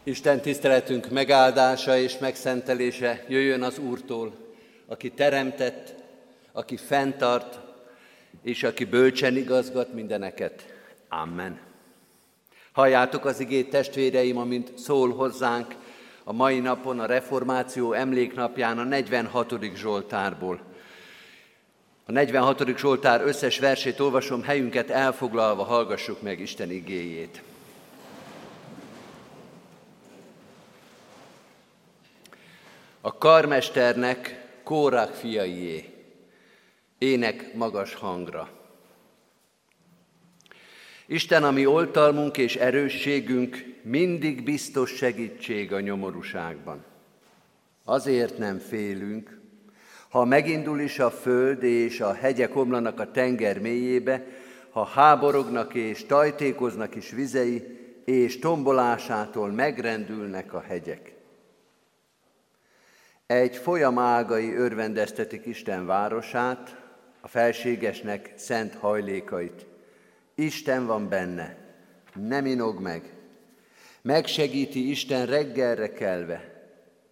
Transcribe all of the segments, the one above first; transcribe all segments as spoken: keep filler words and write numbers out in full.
Isten tiszteletünk megáldása és megszentelése jöjjön az Úrtól, aki teremtett, aki fenntart, és aki bölcsen igazgat mindeneket. Amen. Halljátok az igét, testvéreim, amint szól hozzánk a mai napon, a Reformáció emléknapján a negyvenhatodik Zsoltárból. A negyvenhatodik Zsoltár összes versét olvasom, helyünket elfoglalva hallgassuk meg Isten igéjét. A karmesternek, Kórák fiaié, ének magas hangra. Isten, ami oltalmunk és erősségünk, mindig biztos segítség a nyomorúságban. Azért nem félünk, ha megindul is a föld és a hegyek omlanak a tenger mélyébe, ha háborognak és tajtékoznak is vizei, és tombolásától megrendülnek a hegyek. Egy folyam ágai örvendeztetik Isten városát, a felségesnek szent hajlékait. Isten van benne, nem inog meg. Megsegíti Isten reggelre kelve.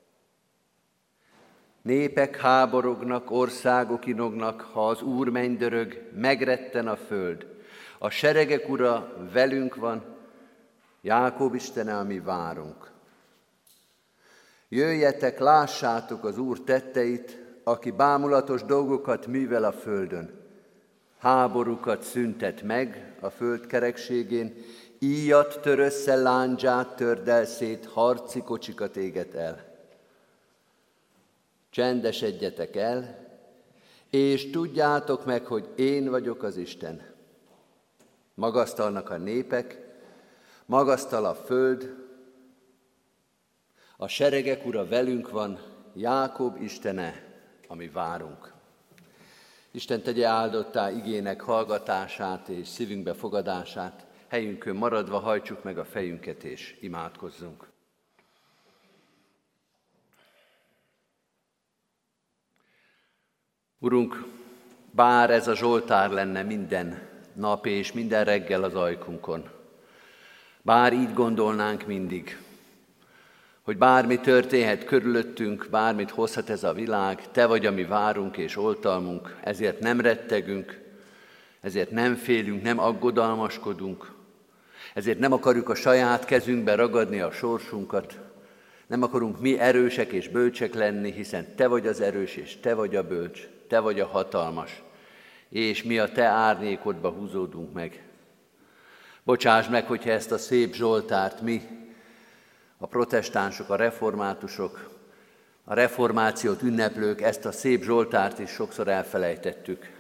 Népek háborognak, országok inognak, ha az Úr mennydörög, megretten a föld. A seregek ura velünk van, Jákob Istene, ami várunk. Jöjjetek, lássátok az Úr tetteit, aki bámulatos dolgokat művel a földön. Háborúkat szüntet meg a föld kerekségén, íjat tör össze, lándzsát törd el szét, harci kocsikat éget el. Csendesedjetek el, és tudjátok meg, hogy én vagyok az Isten. Magasztalnak a népek, magasztal a föld, a seregek ura velünk van, Jákob Istene, ami várunk. Isten tegye áldottá igének hallgatását és szívünkbe fogadását, helyünkön maradva hajtsuk meg a fejünket és imádkozzunk. Urunk, bár ez a Zsoltár lenne minden nap és minden reggel az ajkunkon, bár így gondolnánk mindig, hogy bármi történhet körülöttünk, bármit hozhat ez a világ, Te vagy, ami várunk és oltalmunk, ezért nem rettegünk, ezért nem félünk, nem aggodalmaskodunk, ezért nem akarjuk a saját kezünkbe ragadni a sorsunkat, nem akarunk mi erősek és bölcsek lenni, hiszen Te vagy az erős és Te vagy a bölcs, Te vagy a hatalmas, és mi a Te árnyékodba húzódunk meg. Bocsáss meg, hogyha ezt a szép Zsoltárt mi, a protestánsok, a reformátusok, a reformációt ünneplők, ezt a szép Zsoltárt is sokszor elfelejtettük.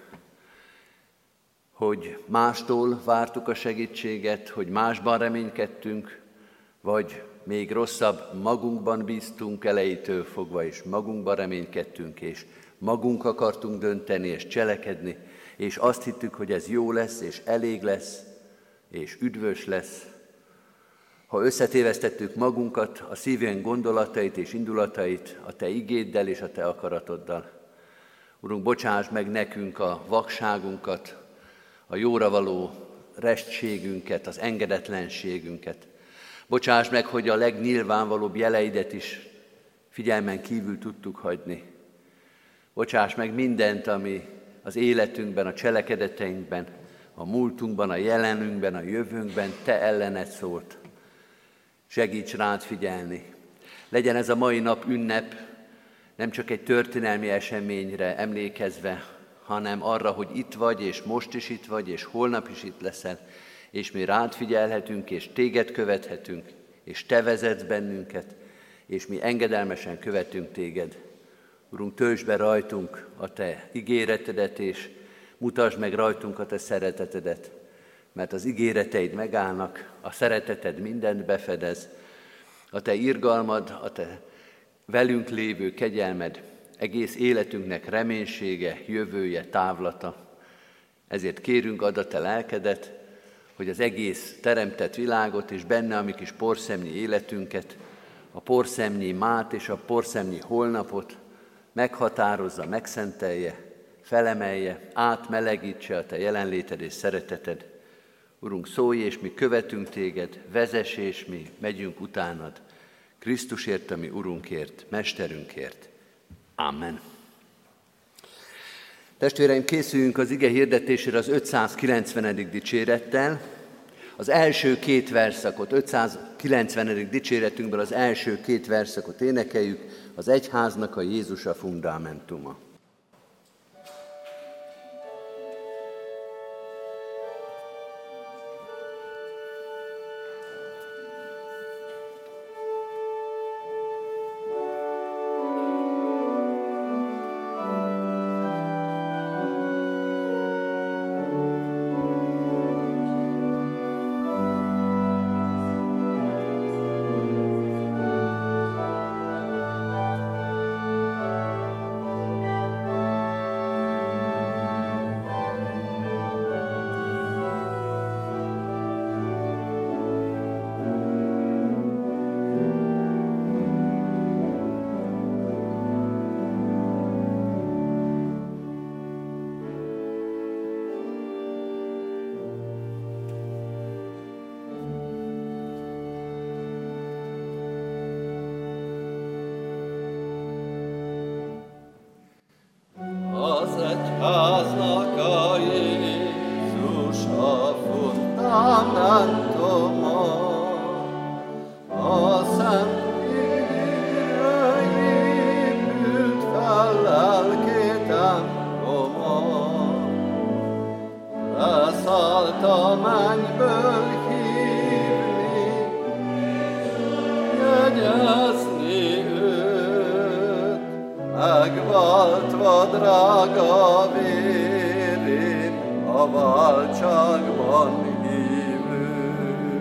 Hogy mástól vártuk a segítséget, hogy másban reménykedtünk, vagy még rosszabb, magunkban bíztunk elejétől fogva, és magunkban reménykedtünk, és magunk akartunk dönteni és cselekedni, és azt hittük, hogy ez jó lesz, és elég lesz, és üdvös lesz. Ha összetévesztettük magunkat, a szívünk gondolatait és indulatait a Te igéddel és a Te akaratoddal. Urunk, bocsáss meg nekünk a vakságunkat, a jóra való restségünket, az engedetlenségünket. Bocsáss meg, hogy a legnyilvánvalóbb jeleidet is figyelmen kívül tudtuk hagyni. Bocsáss meg mindent, ami az életünkben, a cselekedeteinkben, a múltunkban, a jelenünkben, a jövőnkben Te ellened szólt. Segíts rád figyelni. Legyen ez a mai nap ünnep, nem csak egy történelmi eseményre emlékezve, hanem arra, hogy itt vagy, és most is itt vagy, és holnap is itt leszel, és mi rád figyelhetünk, és téged követhetünk, és te vezetsz bennünket, és mi engedelmesen követünk téged. Urunk, töltsd be rajtunk a te ígéretedet, és mutasd meg rajtunk a te szeretetedet, mert az ígéreteid megállnak, a szereteted mindent befedez, a te irgalmad, a te velünk lévő kegyelmed, egész életünknek reménysége, jövője, távlata. Ezért kérünk, add a te lelkedet, hogy az egész teremtett világot és benne a mi kis porszemnyi életünket, a porszemnyi mát és a porszemnyi holnapot meghatározza, megszentelje, felemelje, átmelegítse a te jelenléted és szereteted. Urunk, szólj, és mi követünk téged, vezess, és mi megyünk utánad. Krisztusért, ami Urunkért, Mesterünkért. Amen. Testvéreim, készüljünk az ige hirdetésére az ötszázkilencvenedik dicsérettel. Az első két verszakot, ötszázkilencvenedik dicséretünkből az első két verszakot énekeljük, az egyháznak a Jézus a fundamentuma. Egyháznak a Jézus a fundamentuma, a Szent Igére épült fel lelki temploma. Leszállt a mennyből hívni, jegyezni őt, megváltva drága vérén a váltságban hívő.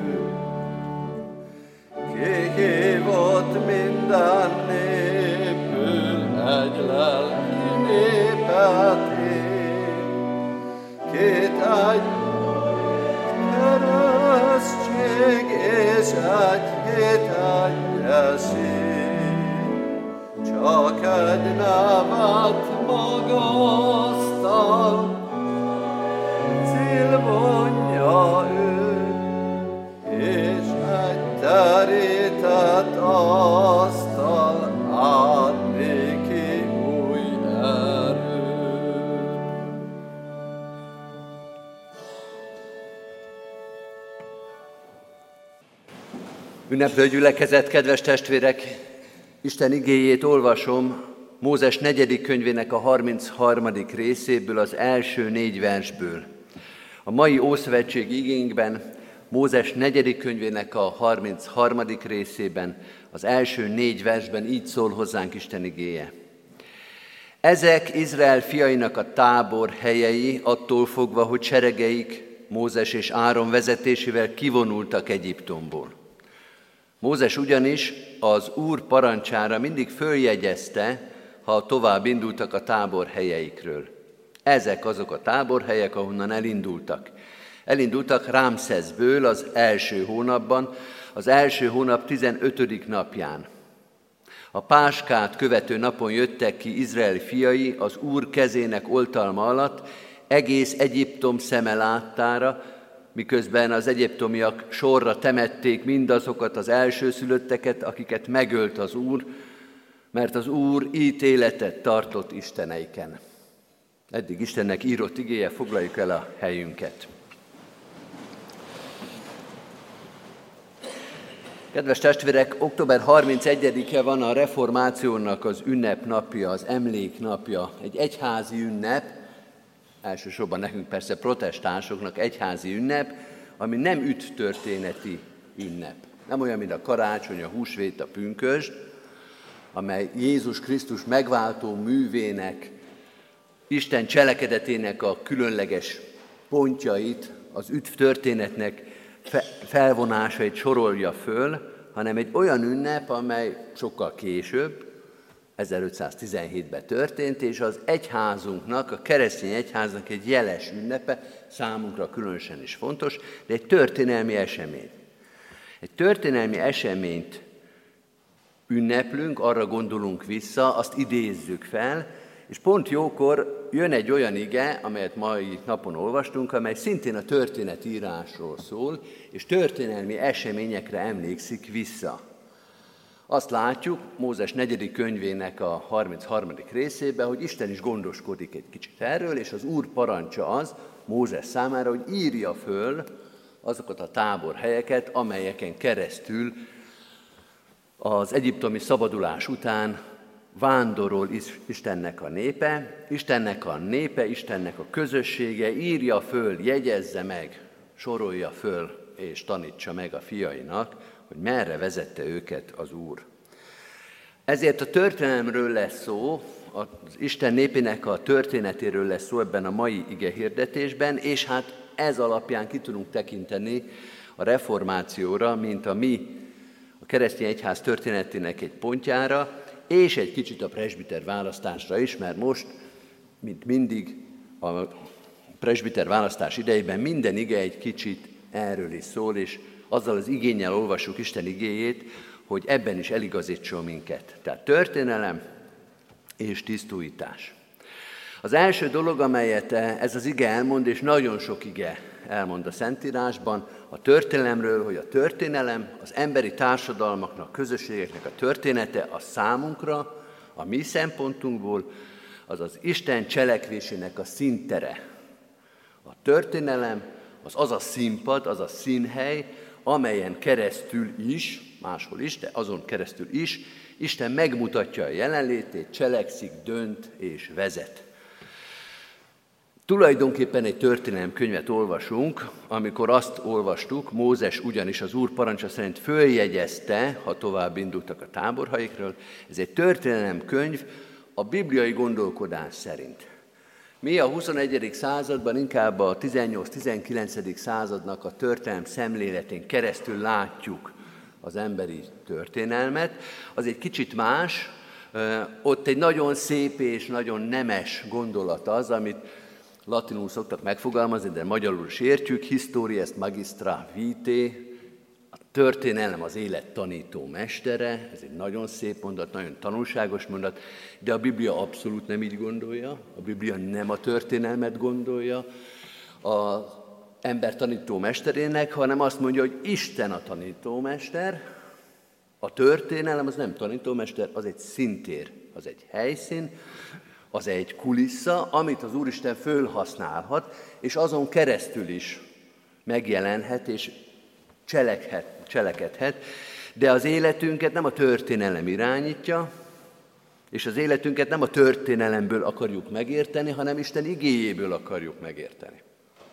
Kihívott minden népből egy lelki népet én, két egy keresztség és egy hét egyesség. Csak egy nevet magasztal, cél vonja őt, és egy terített asztal ad néki új erőt. Ünneplő gyülekezet, kedves testvérek! Isten igéjét olvasom Mózes negyedik könyvének a harmincharmadik részéből, az első négy versből. A mai Ószövetségi igénkben Mózes negyedik könyvének a harmincharmadik részében, az első négy versben így szól hozzánk Isten igéje. Ezek Izrael fiainak a tábor helyei, attól fogva, hogy seregeik Mózes és Áron vezetésével kivonultak Egyiptomból. Mózes ugyanis az Úr parancsára mindig följegyezte, ha tovább indultak a tábor helyeikről. Ezek azok a táborhelyek, ahonnan elindultak. Elindultak Rámszeszből az első hónapban, az első hónap tizenötödik napján. A Páskát követő napon jöttek ki Izrael fiai az Úr kezének oltalma alatt, egész Egyiptom szeme láttára, miközben az egyiptomiak sorra temették mindazokat az elsőszülötteket, akiket megölt az Úr, mert az Úr ítéletet tartott isteneiken. Eddig Istennek írott igéje, foglaljuk el a helyünket. Kedves testvérek, október harmincegyedike van a reformációnak az ünnepnapja, az emléknapja, egy egyházi ünnep, elsősorban nekünk persze protestánsoknak egyházi ünnep, ami nem üttörténeti ünnep. Nem olyan, mint a karácsony, a húsvét, a pünkösd, amely Jézus Krisztus megváltó művének, Isten cselekedetének a különleges pontjait, az üdvtörténetnek felvonásait sorolja föl, hanem egy olyan ünnep, amely sokkal később, ezerötszáztizenhétben történt, és az egyházunknak, a keresztény egyháznak egy jeles ünnepe, számunkra különösen is fontos, de egy történelmi esemény. Egy történelmi eseményt ünneplünk, arra gondolunk vissza, azt idézzük fel, és pont jókor jön egy olyan ige, amelyet mai napon olvastunk, amely szintén a történetírásról szól, és történelmi eseményekre emlékszik vissza. Azt látjuk Mózes negyedik könyvének a harmincharmadik részében, hogy Isten is gondoskodik egy kicsit erről, és az Úr parancsa az Mózes számára, hogy írja föl azokat a táborhelyeket, amelyeken keresztül az egyiptomi szabadulás után vándorol Istennek a népe, Istennek a népe, Istennek a közössége, írja föl, jegyezze meg, sorolja föl és tanítsa meg a fiainak, hogy merre vezette őket az Úr. Ezért a történelemről lesz szó, az Isten népének a történetéről lesz szó ebben a mai igehirdetésben, és hát ez alapján ki tudunk tekinteni a reformációra, mint a mi, a keresztény egyház történetének egy pontjára, és egy kicsit a presbiter választásra is, mert most, mint mindig, a presbiter választás idejében minden ige egy kicsit erről is szól, és azzal az igénnyel olvassuk Isten igéjét, hogy ebben is eligazítson minket. Tehát történelem és tisztújítás. Az első dolog, amelyet ez az ige elmond, és nagyon sok ige elmond a Szentírásban, a történelemről, hogy a történelem, az emberi társadalmaknak, közösségeknek a története a számunkra, a mi szempontunkból, az az Isten cselekvésének a színtere. A történelem az az a színpad, az a színhely, amelyen keresztül is, máshol is, de azon keresztül is, Isten megmutatja a jelenlétét, cselekszik, dönt és vezet. Tulajdonképpen egy történelemkönyvet olvasunk, amikor azt olvastuk, Mózes ugyanis az Úr parancsa szerint följegyezte, ha tovább indultak a táborhaikról, ez egy történelemkönyv a bibliai gondolkodás szerint. Mi a huszonegyedik században inkább a tizennyolc-tizenkilencedik századnak a történelem szemléletén keresztül látjuk az emberi történelmet. Az egy kicsit más, ott egy nagyon szép és nagyon nemes gondolat az, amit latinul szoktak megfogalmazni, de magyarul is értjük, historia est magistra vitae, a történelem az élet tanító mestere, ez egy nagyon szép mondat, nagyon tanulságos mondat, de a Biblia abszolút nem így gondolja, a Biblia nem a történelmet gondolja az ember tanító mesterének, hanem azt mondja, hogy Isten a tanítómester, a történelem az nem tanítómester, az egy színtér, az egy helyszín, az egy kulissza, amit az Úristen fölhasználhat, és azon keresztül is megjelenhet és cselekhet, cselekedhet, de az életünket nem a történelem irányítja, és az életünket nem a történelemből akarjuk megérteni, hanem Isten igéjéből akarjuk megérteni.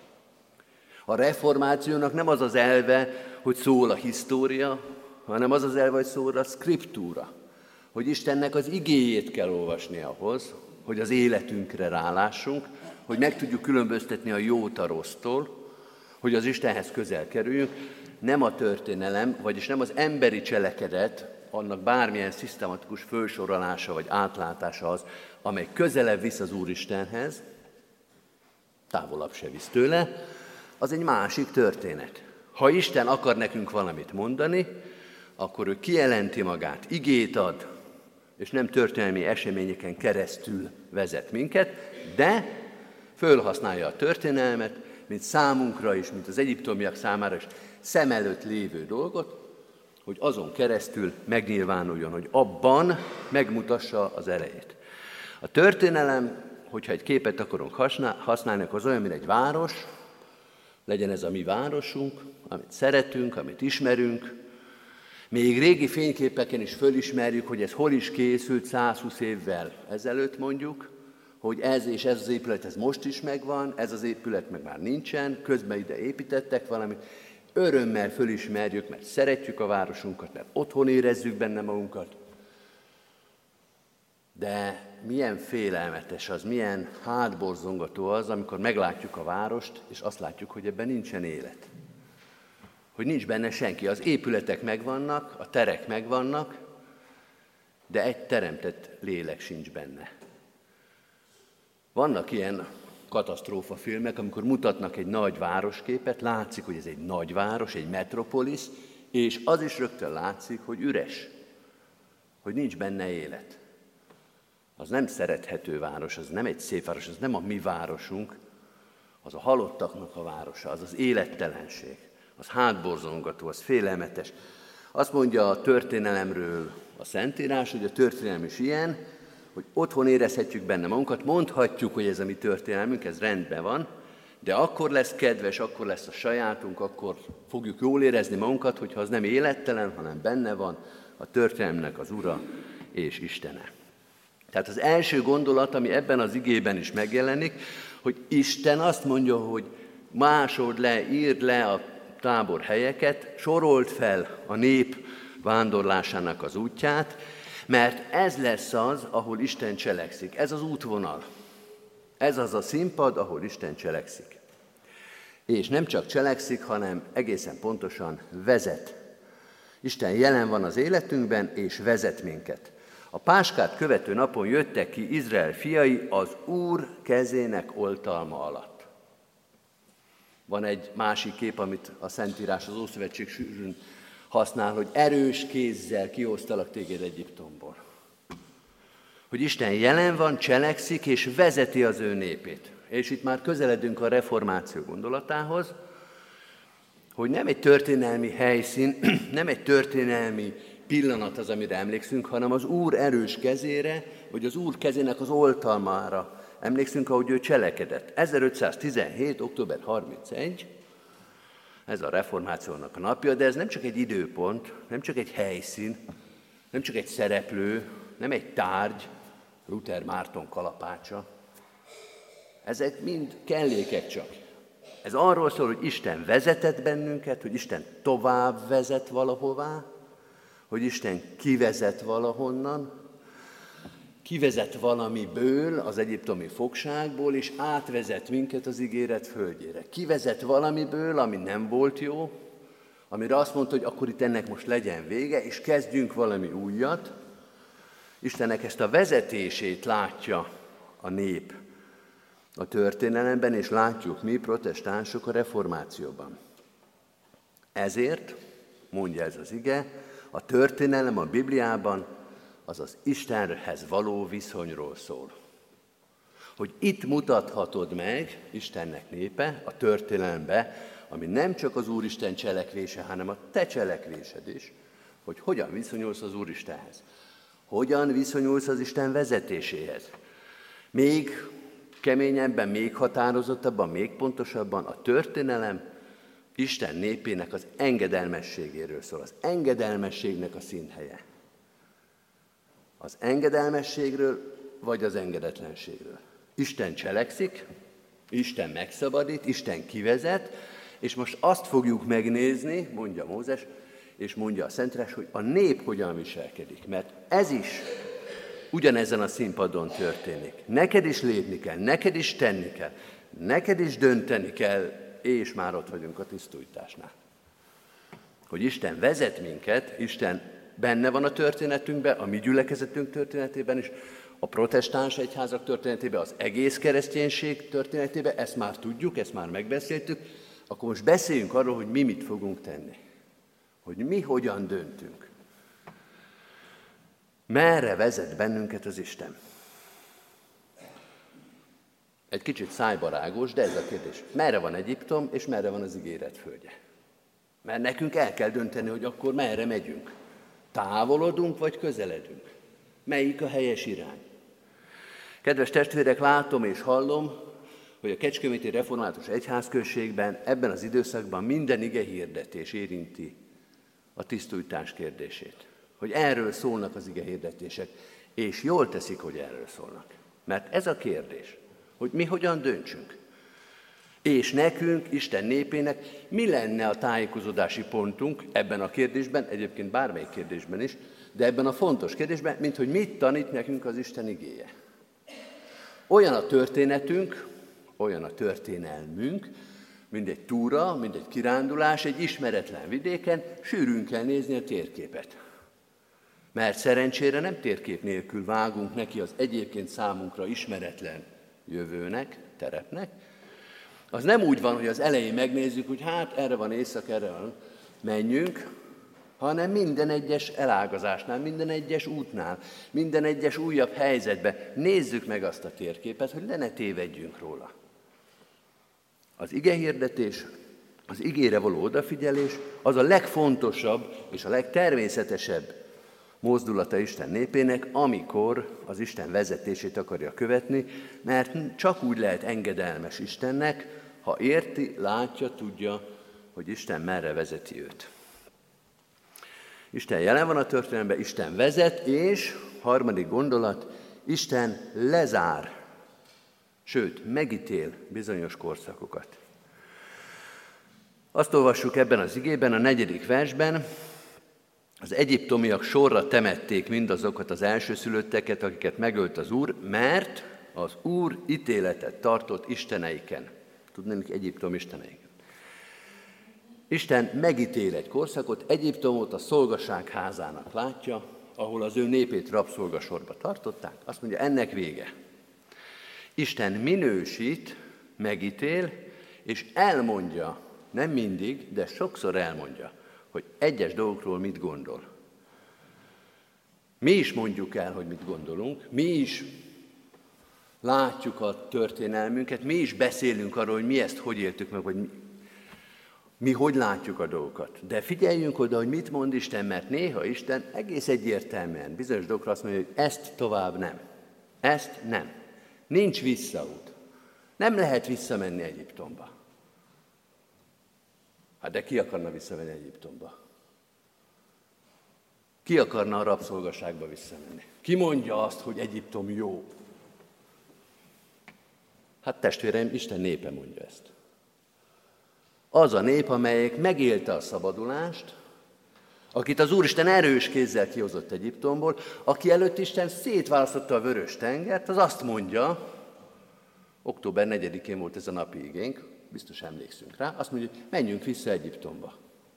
A reformációnak nem az az elve, hogy szól a história, hanem az az elve, hogy szól a szkriptúra, hogy Istennek az igéjét kell olvasni ahhoz, hogy az életünkre rálássunk, hogy meg tudjuk különböztetni a jót a rossztól, hogy az Istenhez közel kerüljünk. Nem a történelem, vagyis nem az emberi cselekedet, annak bármilyen szisztematikus fölsorolása vagy átlátása az, amely közelebb visz az Úristenhez, távolabb se visz tőle, az egy másik történet. Ha Isten akar nekünk valamit mondani, akkor ő kijelenti magát, igét ad, és nem történelmi eseményeken keresztül vezet minket, de fölhasználja a történelmet, mint számunkra is, mint az egyiptomiak számára is szem előtt lévő dolgot, hogy azon keresztül megnyilvánuljon, hogy abban megmutassa az erejét. A történelem, hogyha egy képet akarunk használni, akkor az olyan, mint egy város, legyen ez a mi városunk, amit szeretünk, amit ismerünk. Még régi fényképeken is fölismerjük, hogy ez hol is készült százhúsz évvel ezelőtt mondjuk, hogy ez és ez az épület, ez most is megvan, ez az épület meg már nincsen, közben ide építettek valamit. Örömmel fölismerjük, mert szeretjük a városunkat, mert otthon érezzük benne magunkat. De milyen félelmetes az, milyen hátborzongató az, amikor meglátjuk a várost, és azt látjuk, hogy ebben nincsen élet. Hogy nincs benne senki. Az épületek megvannak, a terek megvannak, de egy teremtett lélek sincs benne. Vannak ilyen katasztrófafilmek, amikor mutatnak egy nagy városképet, látszik, hogy ez egy nagy város, egy metropolis, és az is rögtön látszik, hogy üres, hogy nincs benne élet. Az nem szerethető város, az nem egy szép város, az nem a mi városunk, az a halottaknak a városa, az az élettelenség, az hátborzongató, az félelmetes. Azt mondja a történelemről a Szentírás, hogy a történelem is ilyen, hogy otthon érezhetjük benne magunkat, mondhatjuk, hogy ez a mi történelmünk, ez rendben van, de akkor lesz kedves, akkor lesz a sajátunk, akkor fogjuk jól érezni magunkat, hogyha az nem élettelen, hanem benne van a történelmnek az Ura és Istene. Tehát az első gondolat, ami ebben az igében is megjelenik, hogy Isten azt mondja, hogy másold le, írd le a tábor helyeket, sorold fel a nép vándorlásának az útját, mert ez lesz az, ahol Isten cselekszik. Ez az útvonal. Ez az a színpad, ahol Isten cselekszik. És nem csak cselekszik, hanem egészen pontosan vezet. Isten jelen van az életünkben, és vezet minket. A Páskát követő napon jöttek ki Izrael fiai az Úr kezének oltalma alatt. Van egy másik kép, amit a Szentírás, az Ószövetség sűrűn használ, hogy erős kézzel kihoztalak téged Egyiptomból. Hogy Isten jelen van, cselekszik és vezeti az ő népét. És itt már közeledünk a reformáció gondolatához, hogy nem egy történelmi helyszín, nem egy történelmi pillanat az, amire emlékszünk, hanem az Úr erős kezére, vagy az Úr kezének az oltalmára emlékszünk, ahogy ő cselekedett. ezerötszáztizenhét. október harmincegy, ez a reformációnak a napja, de ez nem csak egy időpont, nem csak egy helyszín, nem csak egy szereplő, nem egy tárgy, Luther Márton kalapácsa. Ezek mind kellékek csak. Ez arról szól, hogy Isten vezetett bennünket, hogy Isten tovább vezet valahová, hogy Isten kivezet valahonnan, kivezet valamiből, az egyiptomi fogságból, és átvezet minket az ígéret földjére. Kivezet valamiből, ami nem volt jó, amire azt mondta, hogy akkor itt ennek most legyen vége, és kezdjünk valami újat. Istennek ezt a vezetését látja a nép a történelemben, és látjuk mi, protestánsok, a reformációban. Ezért, mondja ez az ige, a történelem a Bibliában az az Istenhez való viszonyról szól. Hogy itt mutathatod meg Istennek népe a történelembe, ami nem csak az Úristen cselekvése, hanem a te cselekvésed is, hogy hogyan viszonyulsz az Úristenhez. Hogyan viszonyulsz az Isten vezetéséhez. Még keményebben, még határozottabban, még pontosabban a történelem Isten népének az engedelmességéről szól. Az engedelmességnek a színhelye. Az engedelmességről, vagy az engedetlenségről. Isten cselekszik, Isten megszabadít, Isten kivezet, és most azt fogjuk megnézni, mondja Mózes, és mondja a Szentírás, hogy a nép hogyan viselkedik, mert ez is ugyanezen a színpadon történik. Neked is lépni kell, neked is tenni kell, neked is dönteni kell, és már ott vagyunk a tisztújtásnál. Hogy Isten vezet minket, Isten benne van a történetünkben, a mi gyülekezetünk történetében is, a protestáns egyházak történetében, az egész kereszténység történetében, ezt már tudjuk, ezt már megbeszéltük, akkor most beszéljünk arról, hogy mi mit fogunk tenni. Hogy mi hogyan döntünk. Merre vezet bennünket az Isten? Egy kicsit szájbarágos, de ez a kérdés. Merre van Egyiptom, és merre van az ígéret földje? Mert nekünk el kell dönteni, hogy akkor merre megyünk. Távolodunk, vagy közeledünk? Melyik a helyes irány? Kedves testvérek, látom és hallom, hogy a Kecskeméti Református Egyházközségben ebben az időszakban minden ige hirdetés érinti a tisztújtás kérdését. Hogy erről szólnak az ige hirdetések, és jól teszik, hogy erről szólnak. Mert ez a kérdés, hogy mi hogyan döntsünk. És nekünk, Isten népének mi lenne a tájékozódási pontunk ebben a kérdésben, egyébként bármelyik kérdésben is, de ebben a fontos kérdésben, mint hogy mit tanít nekünk az Isten igéje. Olyan a történetünk, olyan a történelmünk, mint egy túra, mint egy kirándulás, egy ismeretlen vidéken, sűrűn kell nézni a térképet. Mert szerencsére nem térkép nélkül vágunk neki az egyébként számunkra ismeretlen jövőnek, terepnek. Az nem úgy van, hogy az elején megnézzük, hogy hát erre van észak, erre van, menjünk, hanem minden egyes elágazásnál, minden egyes útnál, minden egyes újabb helyzetben nézzük meg azt a térképet, hogy le ne tévedjünk róla. Az igehirdetés, az igére való odafigyelés az a legfontosabb és a legtermészetesebb mozdulata Isten népének, amikor az Isten vezetését akarja követni, mert csak úgy lehet engedelmes Istennek, ha érti, látja, tudja, hogy Isten merre vezeti őt. Isten jelen van a történelemben, Isten vezet, és harmadik gondolat, Isten lezár, sőt, megítél bizonyos korszakokat. Azt olvassuk ebben az igében, a negyedik versben, az egyiptomiak sorra temették mindazokat az elsőszülötteket, akiket megölt az Úr, mert az Úr ítéletet tartott isteneiken. Tudnék, Egyiptom isteneiken. Isten megítél egy korszakot, Egyiptomot a szolgaság házának látja, ahol az ő népét rabszolgasorba tartották. Azt mondja, ennek vége. Isten minősít, megítél, és elmondja, nem mindig, de sokszor elmondja, hogy egyes dolgokról mit gondol. Mi is mondjuk el, hogy mit gondolunk, mi is látjuk a történelmünket, mi is beszélünk arról, hogy mi ezt hogy éltük meg, vagy mi, mi hogy látjuk a dolgokat. De figyeljünk oda, hogy mit mond Isten, mert néha Isten egész egyértelműen bizonyos dolgokra azt mondja, hogy ezt tovább nem. Ezt nem. Nincs visszaút. Nem lehet visszamenni Egyiptomba. Hát de ki akarna visszamenni Egyiptomba? Ki akarna a rabszolgaságba visszamenni? Ki mondja azt, hogy Egyiptom jó? Hát testvéreim, Isten népe mondja ezt. Az a nép, amelyik megélte a szabadulást, akit az Úristen erős kézzel kihozott Egyiptomból, aki előtt Isten szétválasztotta a vörös tengert, az azt mondja, október negyedikén volt ez a napi igénk, biztos emlékszünk rá, azt mondja, hogy menjünk vissza Egyiptomba.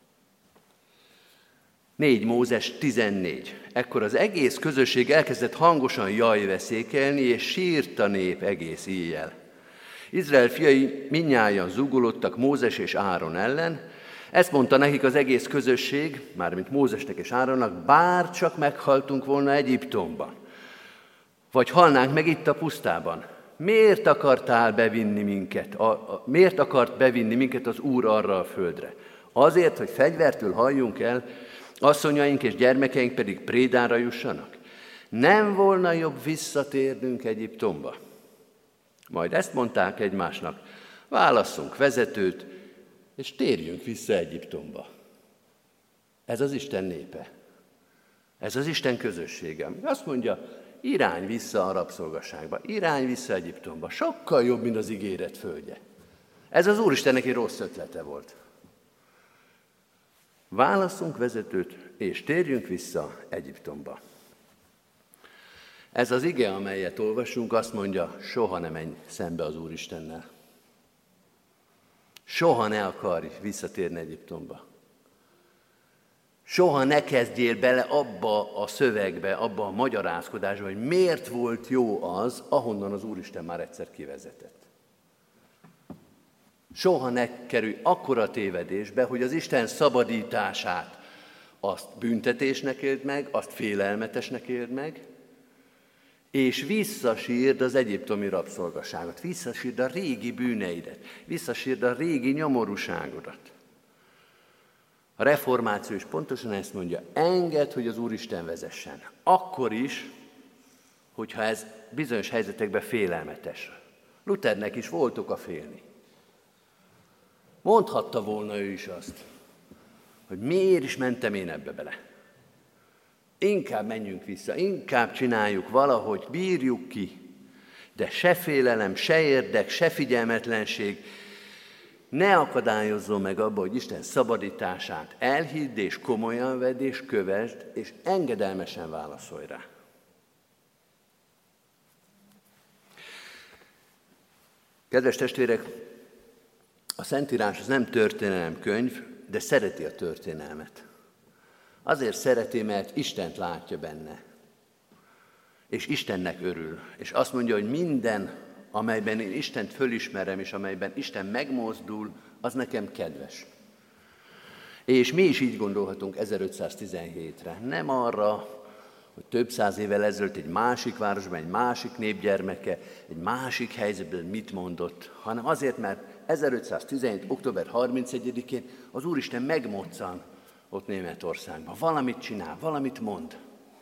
négy Mózes tizennégy. Ekkor az egész közösség elkezdett hangosan jajveszékelni, és sírt a nép egész éjjel. Izrael fiai mindnyájan zúgolódtak Mózes és Áron ellen. Ezt mondta nekik az egész közösség, mármint Mózesnek és Áronnak, bár csak meghaltunk volna Egyiptomban, vagy halnánk meg itt a pusztában. Miért akartál bevinni minket, a, a, miért akart bevinni minket az Úr arra a földre? Azért, hogy fegyvertől halljunk el, asszonyaink és gyermekeink pedig prédára jussanak? Nem volna jobb visszatérnünk Egyiptomba? Majd ezt mondták egymásnak, válasszunk vezetőt, és térjünk vissza Egyiptomba. Ez az Isten népe. Ez az Isten közössége. Azt mondja, irány vissza a rabszolgaságba, irány vissza Egyiptomba. Sokkal jobb, mint az ígéret földje. Ez az Úristennek egy rossz ötlete volt. Válasszunk vezetőt, és térjünk vissza Egyiptomba. Ez az ige, amelyet olvasunk, azt mondja, soha ne menj szembe az Úristennel. Soha ne akarj visszatérni Egyiptomba. Soha ne kezdjél bele abba a szövegbe, abba a magyarázkodásba, hogy miért volt jó az, ahonnan az Úristen már egyszer kivezetett. Soha ne kerülj akkora tévedésbe, hogy az Isten szabadítását azt büntetésnek éld meg, azt félelmetesnek éld meg, és visszasírd az egyiptomi rabszolgaságot, visszasírd a régi bűneidet, visszasírd a régi nyomorúságodat. A reformáció is pontosan ezt mondja, engedd, hogy az Úristen vezessen. Akkor is, hogyha ez bizonyos helyzetekben félelmetes. Luthernek is volt oka félni. Mondhatta volna ő is azt, hogy miért is mentem én ebbe bele. Inkább menjünk vissza, inkább csináljuk valahogy, bírjuk ki, de se félelem, se érdek, se figyelmetlenség ne akadályozzon meg abba, hogy Isten szabadítását elhidd és komolyan vedd és kövesd, és engedelmesen válaszolj rá. Kedves testvérek, a Szentírás az nem történelemkönyv, de szereti a történelmet. Azért szereti, mert Istent látja benne, és Istennek örül. És azt mondja, hogy minden, amelyben én Istent fölismerem, és amelyben Isten megmozdul, az nekem kedves. És mi is így gondolhatunk ezerötszáztizenhétre. Nem arra, hogy több száz évvel ezelőtt egy másik városban, egy másik népgyermeke, egy másik helyzetben mit mondott, hanem azért, mert ezerötszáztizenhét. október harmincegyedikén az Úristen megmoccan ott Németországban. Valamit csinál, valamit mond.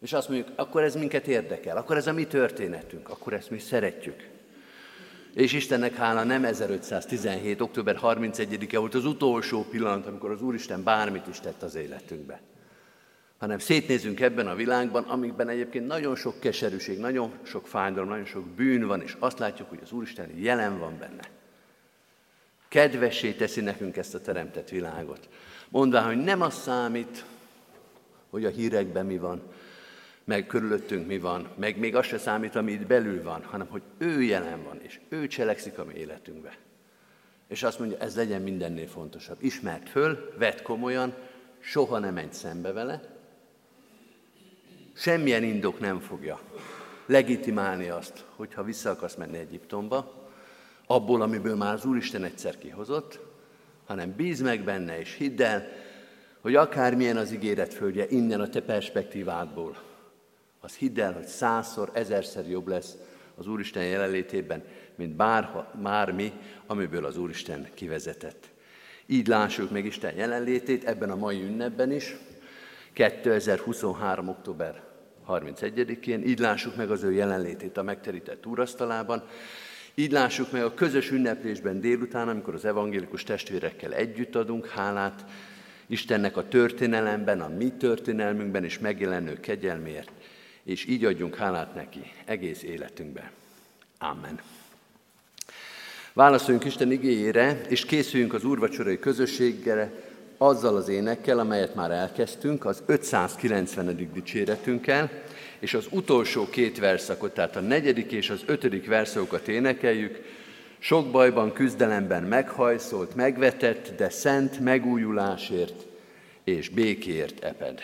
És azt mondjuk, akkor ez minket érdekel, akkor ez a mi történetünk, akkor ezt mi szeretjük. És Istennek hála, nem ezerötszáztizenhét. október harmincegyedike volt az utolsó pillanat, amikor az Úristen bármit is tett az életünkbe, hanem szétnézünk ebben a világban, amikben egyébként nagyon sok keserűség, nagyon sok fájdalom, nagyon sok bűn van, és azt látjuk, hogy az Úristen jelen van benne. Kedvessé teszi nekünk ezt a teremtett világot. Mondván, hogy nem az számít, hogy a hírekben mi van, meg körülöttünk mi van, meg még az se számít, ami itt belül van, hanem hogy ő jelen van, és ő cselekszik a mi életünkbe. És azt mondja, ez legyen mindennél fontosabb. Ismerd föl, vedd komolyan, soha ne menj szembe vele. Semmilyen indok nem fogja legitimálni azt, hogyha vissza akarsz menni Egyiptomba, abból, amiből már az Úristen egyszer kihozott, hanem bízd meg benne, és hidd el, hogy akármilyen az ígéret földje innen a te perspektívádból, az hidd el, hogy százszor, ezerszer jobb lesz az Úristen jelenlétében, mint bárha, bármi, amiből az Úristen kivezetett. Így lássuk meg Isten jelenlétét ebben a mai ünnepben is, kétezer-huszonhárom. október harmincegyedikén, így lássuk meg az ő jelenlétét a megterített úrasztalában, így lássuk meg a közös ünneplésben délután, amikor az evangélikus testvérekkel együtt adunk hálát Istennek a történelemben, a mi történelmünkben is megjelenő kegyelmért, és így adjunk hálát neki egész életünkben. Amen. Válaszoljunk Isten igéjére, és készüljünk az úrvacsorai közösségre azzal az énekkel, amelyet már elkezdtünk, az ötszázkilencvenedik dicséretünkkel, és az utolsó két verszakot, tehát a negyedik és az ötödik verszakokat énekeljük. Sok bajban, küzdelemben meghajszolt, megvetett, de szent megújulásért és békéért eped.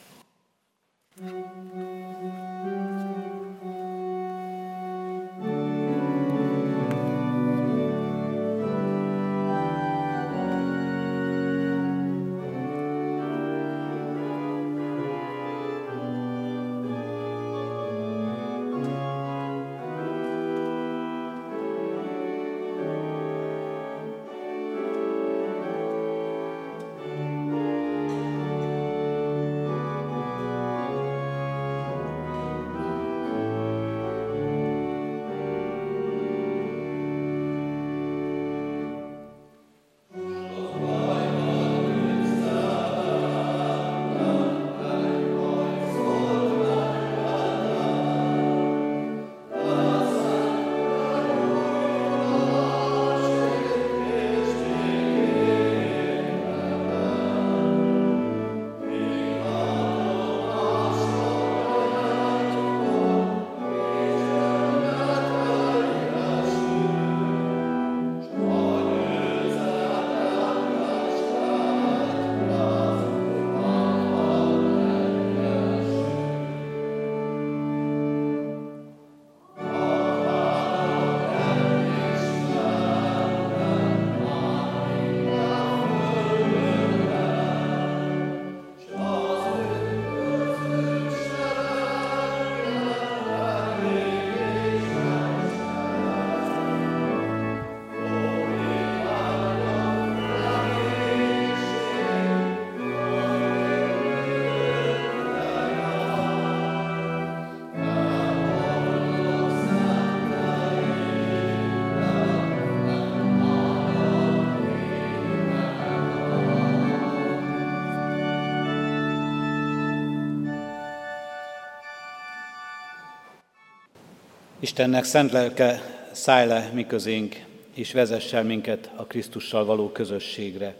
Istennek szent lelke, szállj le mi közénk, és vezess el minket a Krisztussal való közösségre.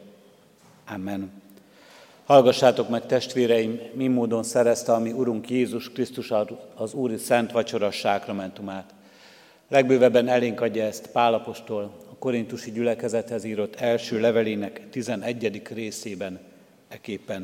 Amen. Hallgassátok meg, testvéreim, mi módon szerezte a mi Urunk Jézus Krisztus az Úri Szent Vacsora sákramentumát. Legbővebben elénk adja ezt Pál apostol a korintusi gyülekezethez írott első levelének tizenegyedik részében eképpen.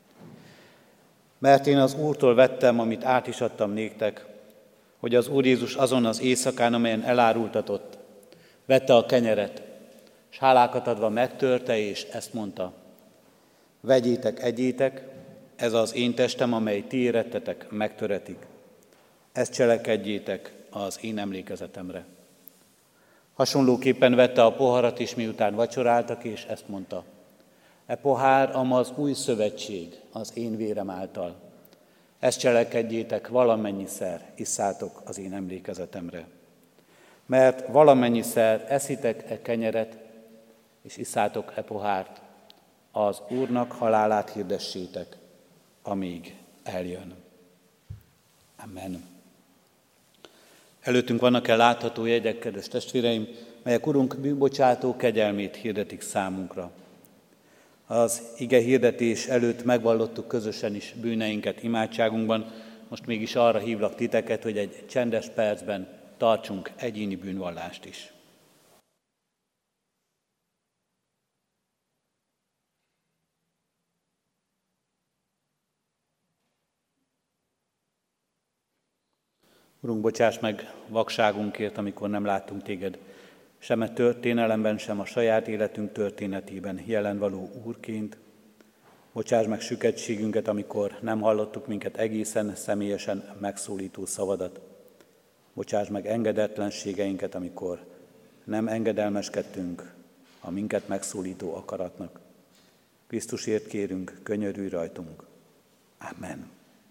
Mert én az Úrtól vettem, amit át is adtam néktek, hogy az Úr Jézus azon az éjszakán, amelyen elárultatott, vette a kenyeret, s hálákat adva megtörte, és ezt mondta: vegyétek, egyétek, ez az én testem, amely ti érettetek, megtöretik. Ezt cselekedjétek az én emlékezetemre. Hasonlóképpen vette a poharat is, miután vacsoráltak, és ezt mondta: e pohár, ama az új szövetség az én vérem által. Ezt cselekedjétek, valamennyiszer isszátok az én emlékezetemre. Mert valamennyiszer eszitek e kenyeret, és isszátok e pohárt, az Úrnak halálát hirdessétek, amíg eljön. Amen. Előttünk vannak-e látható jegyek, kedves testvéreim, melyek Urunk bűnbocsátó kegyelmét hirdetik számunkra. Az ige hirdetés előtt megvallottuk közösen is bűneinket imádságunkban, most mégis arra hívlak titeket, hogy egy csendes percben tartsunk egyéni bűnvallást is. Urunk, bocsáss meg vakságunkért, amikor nem láttunk téged, sem a történelemben, sem a saját életünk történetében jelen való Úrként. Bocsáss meg süketségünket, amikor nem hallottuk minket egészen személyesen megszólító szavadat. Bocsáss meg engedetlenségeinket, amikor nem engedelmeskedtünk a minket megszólító akaratnak. Krisztusért kérünk, könyörülj rajtunk. Amen.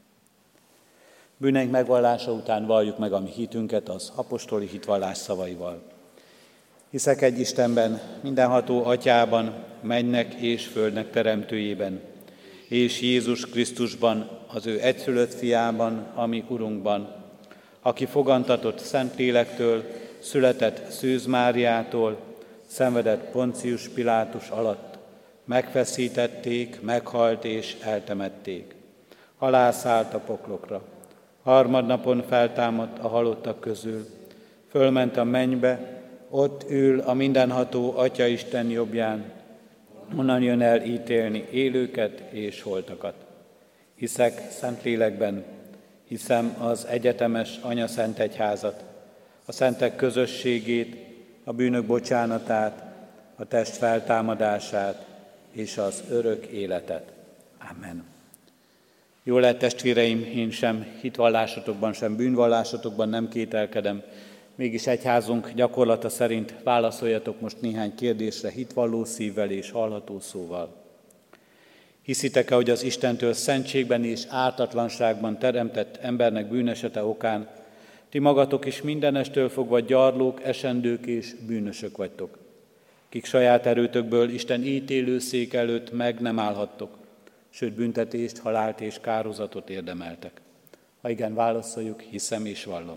Bűneink megvallása után valljuk meg a mi hitünket az apostoli hitvallás szavaival. Hiszek egy Istenben, mindenható Atyában, mennek és földnek teremtőjében, és Jézus Krisztusban, az ő egyszülött fiában, ami Urunkban, aki fogantatott Szentlélektől, született Szűz Máriától, szenvedett Poncius Pilátus alatt, megfeszítették, meghalt és eltemették. Alászállt a poklokra. Harmadnapon feltámadt a halottak közül, fölment a mennybe, ott ül a mindenható Atya Isten jobbján, onnan jön el ítélni élőket és holtakat. Hiszek Szentlélekben, hiszem az egyetemes Anya Szent Egyházat, a szentek közösségét, a bűnök bocsánatát, a test feltámadását és az örök életet. Amen. Jól lehet, testvéreim, én sem hitvallásotokban, sem bűnvallásotokban nem kételkedem, mégis egyházunk gyakorlata szerint válaszoljatok most néhány kérdésre hitvalló szívvel és hallható szóval. Hiszitek-e, hogy az Istentől szentségben és ártatlanságban teremtett embernek bűnesete okán ti magatok is mindenestől fogva gyarlók, esendők és bűnösök vagytok, kik saját erőtökből Isten ítélőszék előtt meg nem állhattok, sőt büntetést, halált és kározatot érdemeltek? Ha igen, válaszoljuk, hiszem és vallom.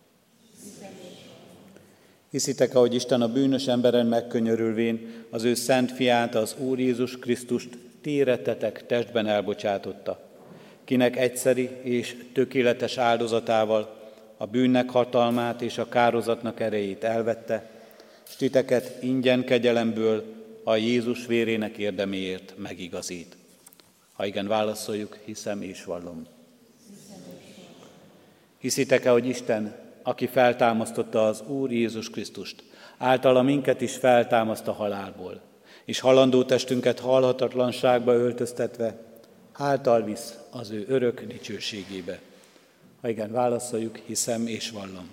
Hiszitek-e, hogy Isten a bűnös emberen megkönyörülvén az ő szent fiát, az Úr Jézus Krisztust ti érettetek testben elbocsátotta, kinek egyszeri és tökéletes áldozatával a bűnnek hatalmát és a kározatnak erejét elvette, s titeket ingyen kegyelemből a Jézus vérének érdeméért megigazít? Ha igen, válaszoljuk, hiszem és vallom. Hiszitek-e, hogy Isten, aki feltámasztotta az Úr Jézus Krisztust, általa minket is feltámaszt a halálból, és halandó testünket halhatatlanságba öltöztetve, által visz az ő örök dicsőségébe? Ha igen, válaszoljuk, hiszem és vallom.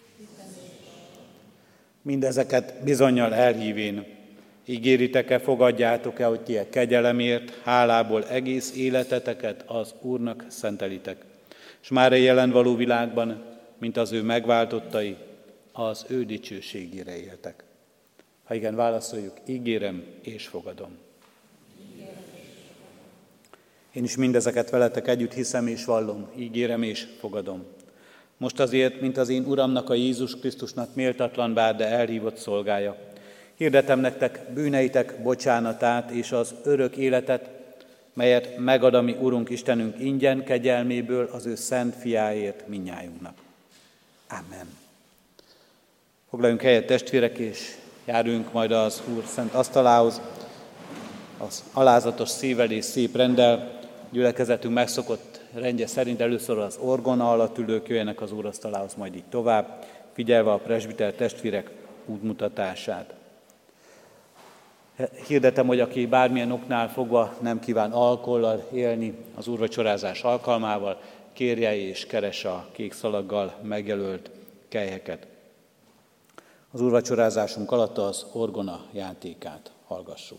Mindezeket bizonnyal elhívén, ígéritek-e, fogadjátok-e, hogy ti a kegyelemért, hálából egész életeteket az Úrnak szentelitek, és már a jelen való világban, mint az ő megváltottai, az ő dicsőségére éltek? Ha igen, válaszoljuk, ígérem és fogadom. Én is mindezeket veletek együtt hiszem és vallom, ígérem és fogadom. Most azért, mint az én Uramnak, a Jézus Krisztusnak méltatlan bár, de elhívott szolgája, hirdetem nektek bűneitek bocsánatát és az örök életet, melyet megad a mi Urunk Istenünk ingyen kegyelméből az ő szent fiáért mindnyájunknak. Amen. Foglaljunk helyet, testvérek, és járjunk majd az Úr szent asztalához, az alázatos szívvel és szép renddel. Gyülekezetünk megszokott rendje szerint először az orgona alatt ülők jöjjenek az úrasztalához, majd így tovább, figyelve a presbiter testvérek útmutatását. Hirdetem, hogy aki bármilyen oknál fogva nem kíván alkohollal élni az úrvacsorázás alkalmával, kérje és keresse a kék szalaggal megjelölt kelyheket. Az úrvacsorázásunk alatt az orgona játékát hallgassuk.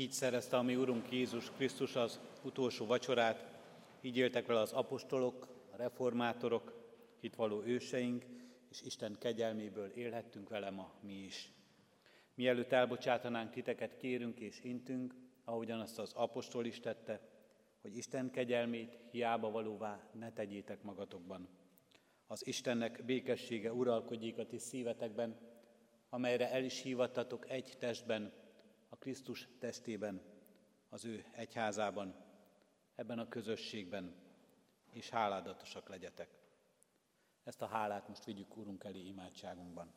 Így szerezte a mi Urunk Jézus Krisztus az utolsó vacsorát, így éltek vele az apostolok, a reformátorok, hitvalló őseink, és Isten kegyelméből élhettünk vele ma mi is. Mielőtt elbocsátanánk titeket, kérünk és intünk, ahogyan azt az apostol is tette, hogy Isten kegyelmét hiába valóvá ne tegyétek magatokban. Az Istennek békessége uralkodjék a ti szívetekben, amelyre el is hívattatok egy testben, a Krisztus testében, az ő egyházában, ebben a közösségben, és háládatosak legyetek. Ezt a hálát most vigyük Urunk elé imádságunkban.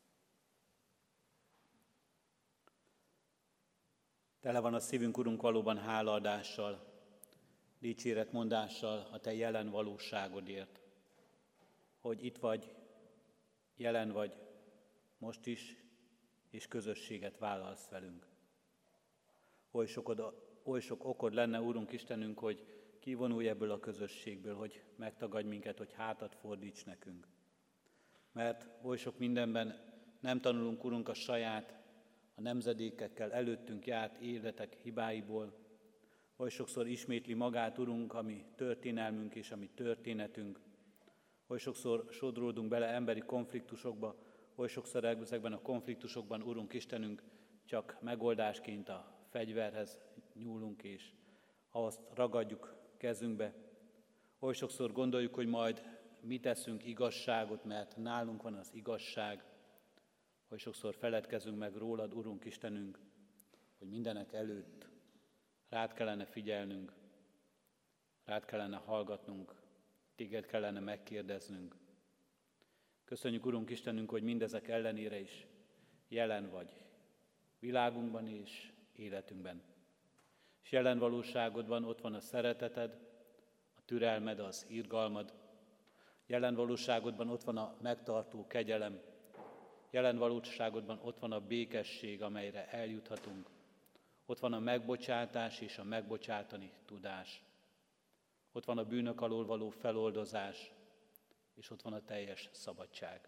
Tele van a szívünk, Urunk, valóban hálaadással, dicséretmondással a Te jelen valóságodért, hogy itt vagy, jelen vagy, most is, és közösséget vállalsz velünk. Oly sok, oly sok okod lenne, Úrunk Istenünk, hogy kivonulj ebből a közösségből, hogy megtagadj minket, hogy hátat fordíts nekünk. Mert oly sok mindenben nem tanulunk, Urunk, a saját, a nemzedékekkel előttünk járt életek hibáiból. Oly sokszor ismétli magát, Urunk, ami történelmünk és ami történetünk. Oly sokszor sodródunk bele emberi konfliktusokba, oly sokszor ezekben a konfliktusokban, Urunk Istenünk, csak megoldásként a fegyverhez nyúlunk, és azt ragadjuk kezünkbe. Oly sokszor gondoljuk, hogy majd mi teszünk igazságot, mert nálunk van az igazság. Oly sokszor feledkezünk meg rólad, Urunk Istenünk, hogy mindenek előtt rád kellene figyelnünk, rád kellene hallgatnunk, téged kellene megkérdeznünk. Köszönjük, Urunk Istenünk, hogy mindezek ellenére is jelen vagy világunkban és életünkben. És jelen valóságodban ott van a szereteted, a türelmed, az irgalmad. Jelen valóságodban ott van a megtartó kegyelem. Jelen valóságodban ott van a békesség, amelyre eljuthatunk. Ott van a megbocsátás és a megbocsátani tudás. Ott van a bűnök alól való feloldozás, és ott van a teljes szabadság.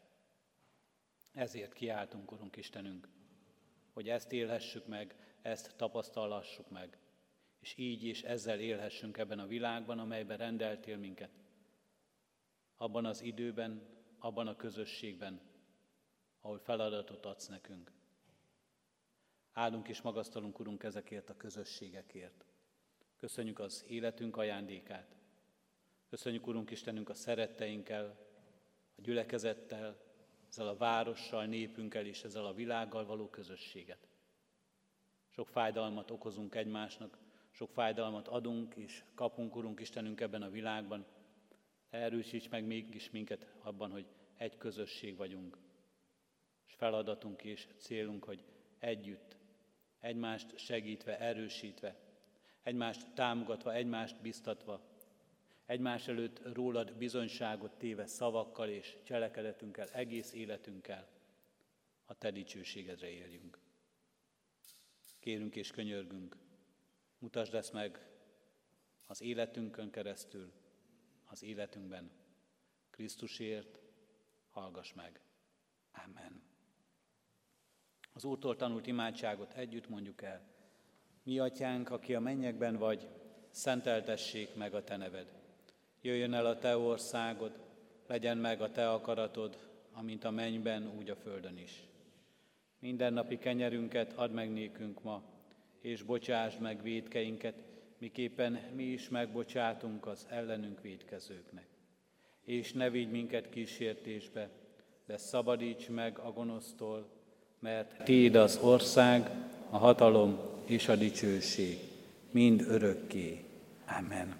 Ezért kiáltunk, Urunk Istenünk, hogy ezt élhessük meg, ezt tapasztalhassuk meg, és így és ezzel élhessünk ebben a világban, amelyben rendeltél minket. Abban az időben, abban a közösségben, ahol feladatot adsz nekünk. Áldunk és magasztalunk, Urunk, ezekért a közösségekért. Köszönjük az életünk ajándékát. Köszönjük, Urunk Istenünk, a szeretteinkkel, a gyülekezettel, ezzel a várossal, népünkkel és ezzel a világgal való közösséget. Sok fájdalmat okozunk egymásnak, sok fájdalmat adunk és kapunk, Urunk Istenünk, ebben a világban. Erősíts meg mégis minket abban, hogy egy közösség vagyunk. És feladatunk és célunk, hogy együtt, egymást segítve, erősítve, egymást támogatva, egymást biztatva, egymás előtt rólad bizonyságot téve szavakkal és cselekedetünkkel, egész életünkkel a te dicsőségedre éljünk. Kérünk és könyörgünk, mutasd ezt meg az életünkön keresztül, az életünkben. Krisztusért hallgass meg. Amen. Az Úrtól tanult imádságot együtt mondjuk el. Mi atyánk, aki a mennyekben vagy, szenteltessék meg a te neved. Jöjjön el a te országod, legyen meg a te akaratod, amint a mennyben, úgy a földön is. Mindennapi kenyerünket add meg nékünk ma, és bocsásd meg vétkeinket, miképpen mi is megbocsátunk az ellenünk vétkezőknek. És ne vigy minket kísértésbe, de szabadíts meg a gonosztól, mert tiéd az ország, a hatalom és a dicsőség, mind örökké. Amen.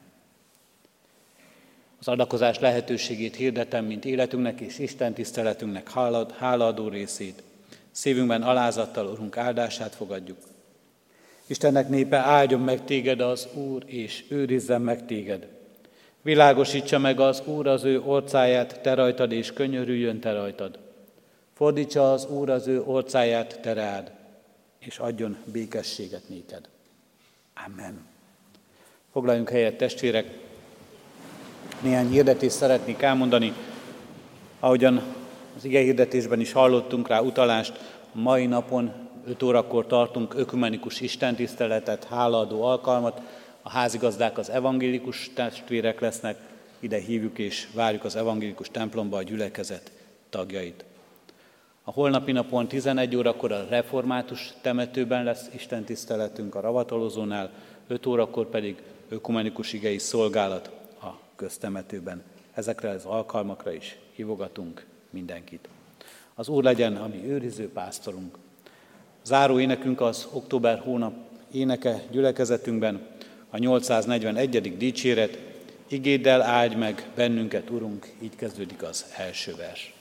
Az adakozás lehetőségét hirdetem, mint életünknek és Isten tiszteletünknek hálaadó részét. Szívünkben alázattal, Urunk, áldását fogadjuk. Istennek népe, áldjon meg téged az Úr, és őrizzen meg téged. Világosítsa meg az Úr az ő orcáját te rajtad, és könyörüljön te rajtad. Fordítsa az Úr az ő orcáját te rád, és adjon békességet néked. Amen. Foglaljunk helyet, testvérek! Néhány hirdetést szeretnék elmondani. Ahogyan az igehirdetésben is hallottunk rá utalást, a mai napon öt órakor tartunk ökumenikus istentiszteletet, hálaadó alkalmat, a házigazdák az evangélikus testvérek lesznek, ide hívjuk és várjuk az evangélikus templomba a gyülekezet tagjait. A holnapi napon tizenegy órakor a református temetőben lesz istentiszteletünk a ravatalozónál, öt órakor pedig ökumenikus igei szolgálat a köztemetőben. Ezekre az alkalmakra is hívogatunk mindenkit. Az Úr legyen a mi őriző pásztorunk. Záró énekünk az október hónap éneke gyülekezetünkben, a nyolcszáznegyvenegyedik dicséret, igéddel áldj meg bennünket, Urunk, így kezdődik az első vers.